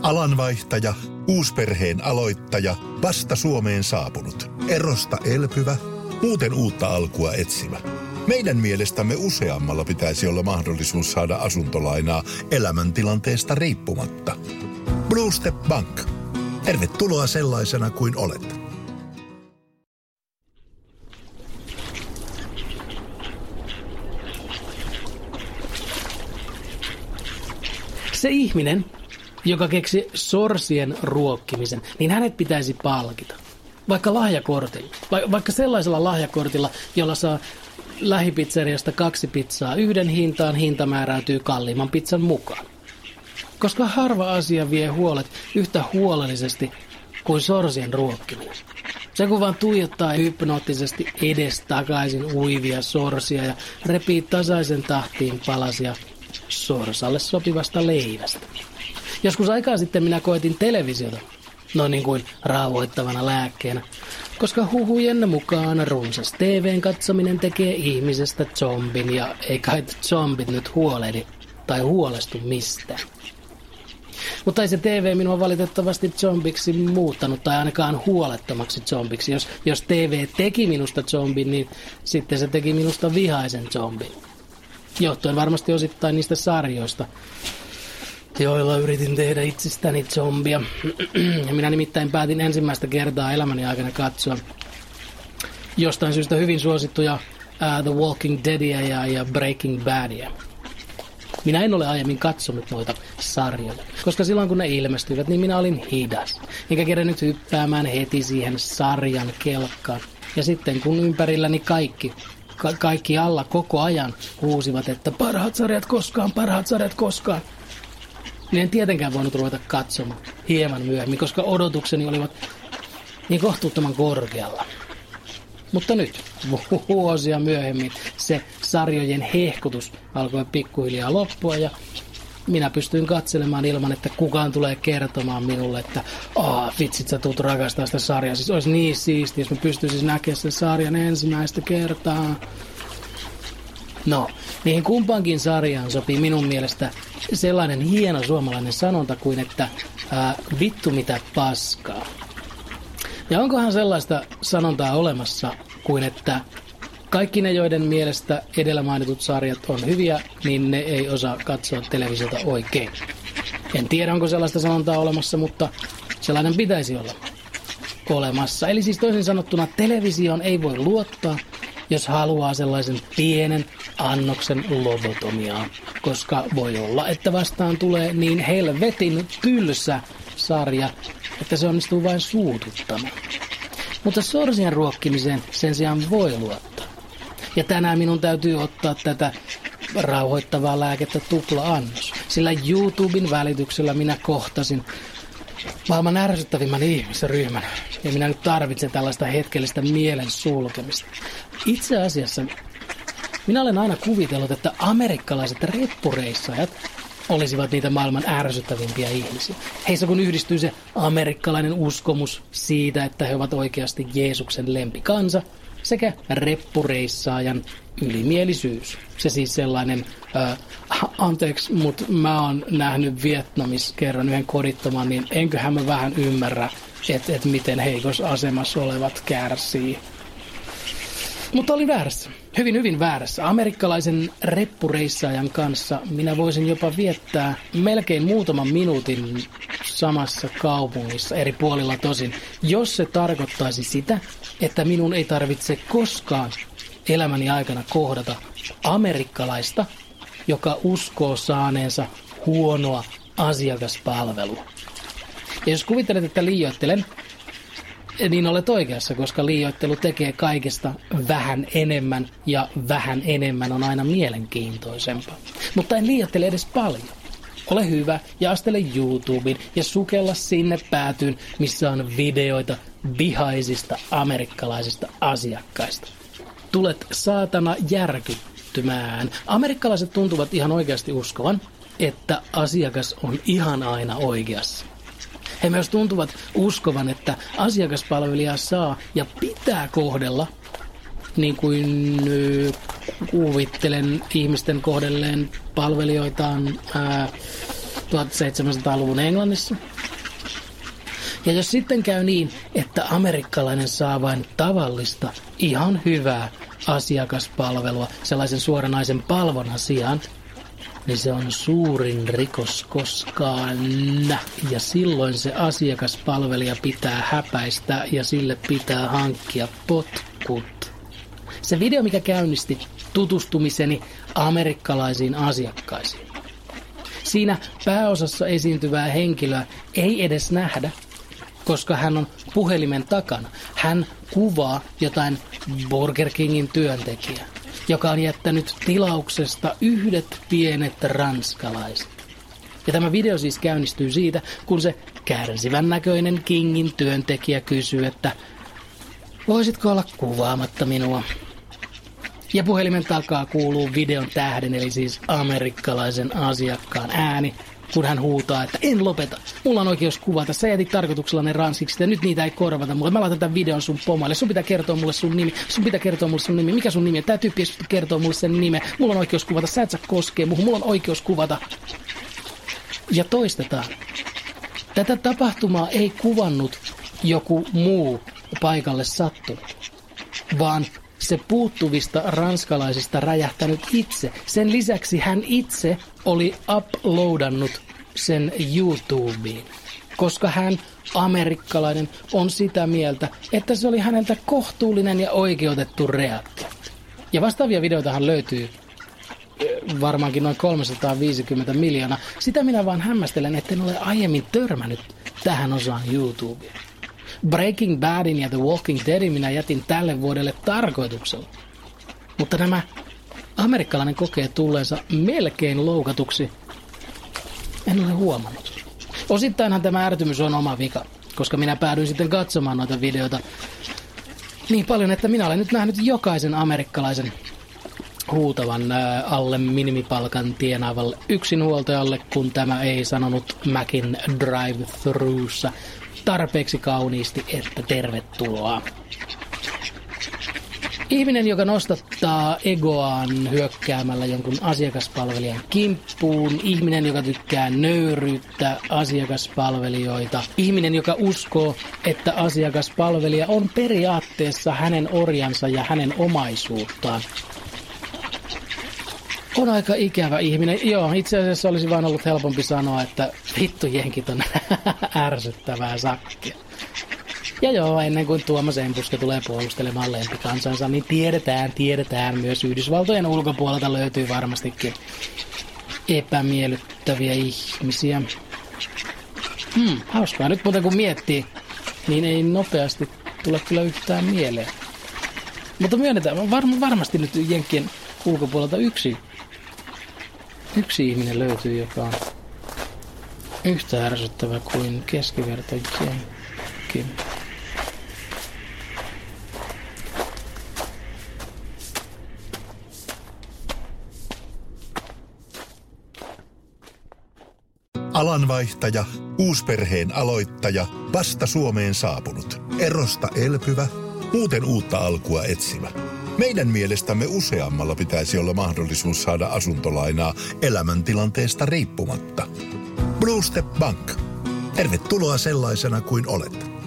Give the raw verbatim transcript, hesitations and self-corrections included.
Alanvaihtaja, uusperheen aloittaja, vasta Suomeen saapunut, erosta elpyvä, muuten uutta alkua etsimä. Meidän mielestämme useammalla pitäisi olla mahdollisuus saada asuntolainaa elämäntilanteesta riippumatta. Blue Step Bank. Tervetuloa sellaisena kuin olet. Se ihminen, joka keksi sorsien ruokkimisen, niin hänet pitäisi palkita. Vaikka lahjakortilla. Va- vaikka sellaisella lahjakortilla, jolla saa lähipizzeriasta kaksi pizzaa yhden hintaan, hinta määräytyy kalliimman pizzan mukaan. Koska harva asia vie huolet yhtä huolellisesti kuin sorsien ruokkiminen. Se kun vaan tuijottaa hypnoottisesti edestakaisin uivia sorsia ja repii tasaisen tahtiin palasia sorsalle sopivasta leivästä. Joskus aikaa sitten minä koetin televisiota, noin niin kuin rauhoittavana lääkkeenä, koska huhujen mukaan runsas T V:n katsominen tekee ihmisestä zombin ja ei kai zombit nyt huolehdi tai huolestu mistään. Mutta ei se T V minua valitettavasti zombiksi muuttanut tai ainakaan huolettomaksi zombiksi. Jos, jos T V teki minusta zombin, niin sitten se teki minusta vihaisen zombin. Johtuen varmasti osittain niistä sarjoista, joilla yritin tehdä itsestäni zombia. Ja minä nimittäin päätin ensimmäistä kertaa elämäni aikana katsoa jostain syystä hyvin suosittuja uh, The Walking Deadia ja, ja Breaking Badia. Minä en ole aiemmin katsonut noita sarjoja, koska silloin kun ne ilmestyivät, niin minä olin hidas. Enkä kerennyt hyppäämään heti siihen sarjan kelkkaan. Ja sitten kun ympärilläni kaikki, ka- kaikki alla koko ajan huusivat, että parhaat sarjat koskaan, parhaat sarjat koskaan, niin en tietenkään voinut ruveta katsomaan hieman myöhemmin, koska odotukseni olivat niin kohtuuttoman korkealla. Mutta nyt, vuosia myöhemmin, se sarjojen hehkutus alkoi pikkuhiljaa loppua ja minä pystyin katselemaan ilman, että kukaan tulee kertomaan minulle, että aah, vitsit, sä tulet rakastaa sitä sarjaa. Siis olisi niin siistiä, jos mä pystyisin näkemään sen sarjan ensimmäistä kertaa. No, niihin kumpaankin sarjaan sopii minun mielestä sellainen hieno suomalainen sanonta kuin, että ää, vittu mitä paskaa. Ja onkohan sellaista sanontaa olemassa kuin, että kaikki ne, joiden mielestä edellä mainitut sarjat on hyviä, niin ne ei osaa katsoa televisiota oikein. En tiedä, onko sellaista sanontaa olemassa, mutta sellainen pitäisi olla olemassa. Eli siis toisin sanottuna televisioon ei voi luottaa, jos haluaa sellaisen pienen annoksen lobotomiaa, koska voi olla, että vastaan tulee niin helvetin tylsä sarja, että se onnistuu vain suututtamaan. Mutta sorsien ruokkimiseen sen sijaan voi luottaa. Ja tänään minun täytyy ottaa tätä rauhoittavaa lääkettä tupla-annos, sillä YouTuben välityksellä minä kohtasin maailman ärsyttävimmän ihmisryhmän, ja minä nyt tarvitsen tällaista hetkellistä mielen sulkemista. Itse asiassa minä olen aina kuvitellut, että amerikkalaiset reppureissajat olisivat niitä maailman ärsyttävimpiä ihmisiä. Heissä kun yhdistyy se amerikkalainen uskomus siitä, että he ovat oikeasti Jeesuksen lempikansa, sekä reppureissaajan ylimielisyys. Se siis sellainen, äh, anteeksi, mutta mä oon nähnyt Vietnamissa kerran yhden kodittoman, niin enköhän mä vähän ymmärrä, että et miten heikossa asemassa olevat kärsii. Mutta oli väärässä. Hyvin, hyvin väärässä. Amerikkalaisen reppureissaajan kanssa minä voisin jopa viettää melkein muutaman minuutin samassa kaupungissa, eri puolilla tosin, jos se tarkoittaisi sitä, että minun ei tarvitse koskaan elämäni aikana kohdata amerikkalaista, joka uskoo saaneensa huonoa asiakaspalvelua. Ja jos kuvittelet, että liioittelen, niin olet oikeassa, koska liioittelu tekee kaikesta vähän enemmän ja vähän enemmän on aina mielenkiintoisempaa. Mutta en liioittele edes paljon. Ole hyvä ja astele YouTubeen ja sukella sinne päätyyn, missä on videoita vihaisista amerikkalaisista asiakkaista. Tulet saatana järkyttymään. Amerikkalaiset tuntuvat ihan oikeasti uskovan, että asiakas on ihan aina oikeassa. He myös tuntuvat uskovan, että asiakaspalvelija saa ja pitää kohdella, niin kuin ö, kuvittelen ihmisten kohdelleen palvelijoitaan ää, tuhatseitsemänsataaluvun Englannissa. Ja jos sitten käy niin, että amerikkalainen saa vain tavallista, ihan hyvää asiakaspalvelua sellaisen suoranaisen palvonnan sijaan, niin se on suurin rikos koskaan. Ja silloin se asiakaspalvelija pitää häpäistä ja sille pitää hankkia potkut. Se video, mikä käynnisti tutustumiseni amerikkalaisiin asiakkaisiin. Siinä pääosassa esiintyvää henkilöä ei edes nähdä, koska hän on puhelimen takana. Hän kuvaa jotain Burger Kingin työntekijää, joka on jättänyt tilauksesta yhdet pienet ranskalaiset. Ja tämä video siis käynnistyy siitä, kun se kärsivän näköinen Kingin työntekijä kysyy, että voisitko olla kuvaamatta minua? Ja puhelimen takaa kuuluu videon tähden, eli siis amerikkalaisen asiakkaan ääni, kun hän huutaa, että en lopeta. Mulla on oikeus kuvata. Sä jätit tarkoituksella ne ranskiksi ja nyt niitä ei korvata mulle. Mä laitan tämän videon sun pomoille. Sun pitää kertoa mulle sun nimi. Sun pitää kertoa mulle sun nimi. Mikä sun nimi on? Tää tyyppi kertoo mulle sen nimen. Mulla on oikeus kuvata. Sä et saa koskea muuhun. Mulla on oikeus kuvata. Ja toistetaan. Tätä tapahtumaa ei kuvannut joku muu paikalle sattunut, vaan se puuttuvista ranskalaisista räjähtänyt itse. Sen lisäksi hän itse oli uploadannut sen YouTubeen, koska hän, amerikkalainen, on sitä mieltä, että se oli häneltä kohtuullinen ja oikeutettu reaktio. Ja vastaavia videoitahan löytyy varmaankin noin kolmesataaviisikymmentä miljoonaa. Sitä minä vaan hämmästelen, etten ole aiemmin törmännyt tähän osaan YouTubea. Breaking Badin ja The Walking Deadin minä jätin tälle vuodelle tarkoituksella. Mutta nämä amerikkalainen kokee tulleensa melkein loukatuksi. En ole huomannut. Osittainhan tämä ärtymys on oma vika, koska minä päädyin sitten katsomaan noita videoita niin paljon, että minä olen nyt nähnyt jokaisen amerikkalaisen huutavan äh, alle minimipalkan tienaavalle yksinhuoltajalle, kun tämä ei sanonut Macin drive-thruussa tarpeeksi kauniisti, että tervetuloa. Ihminen, joka nostattaa egoaan hyökkäämällä jonkun asiakaspalvelijan kimppuun. Ihminen, joka tykkää nöyryyttää asiakaspalvelijoita. Ihminen, joka uskoo, että asiakaspalvelija on periaatteessa hänen orjansa ja hänen omaisuuttaan. On aika ikävä ihminen. Joo, itse asiassa olisi vaan ollut helpompi sanoa, että vittu jenkit on ärsyttävää sakkia. Ja joo, ennen kuin Tuomas Empuske tulee puolustelemaan lempikansansa, niin tiedetään, tiedetään myös Yhdysvaltojen ulkopuolelta löytyy varmastikin epämiellyttäviä ihmisiä. Hmm, hauskaa. Nyt muuten kun miettii, niin ei nopeasti tule kyllä yhtään mieleen. Mutta myönnetään, var, varmasti nyt jenkkien ulkopuolelta yksi, yksi ihminen löytyy, joka on yhtä ärsyttävä kuin keskiverto jenkki. Alanvaihtaja, uusperheen aloittaja, vasta Suomeen saapunut, erosta elpyvä, muuten uutta alkua etsimä. Meidän mielestämme useammalla pitäisi olla mahdollisuus saada asuntolainaa elämäntilanteesta riippumatta. Blue Step Bank. Tervetuloa sellaisena kuin olet.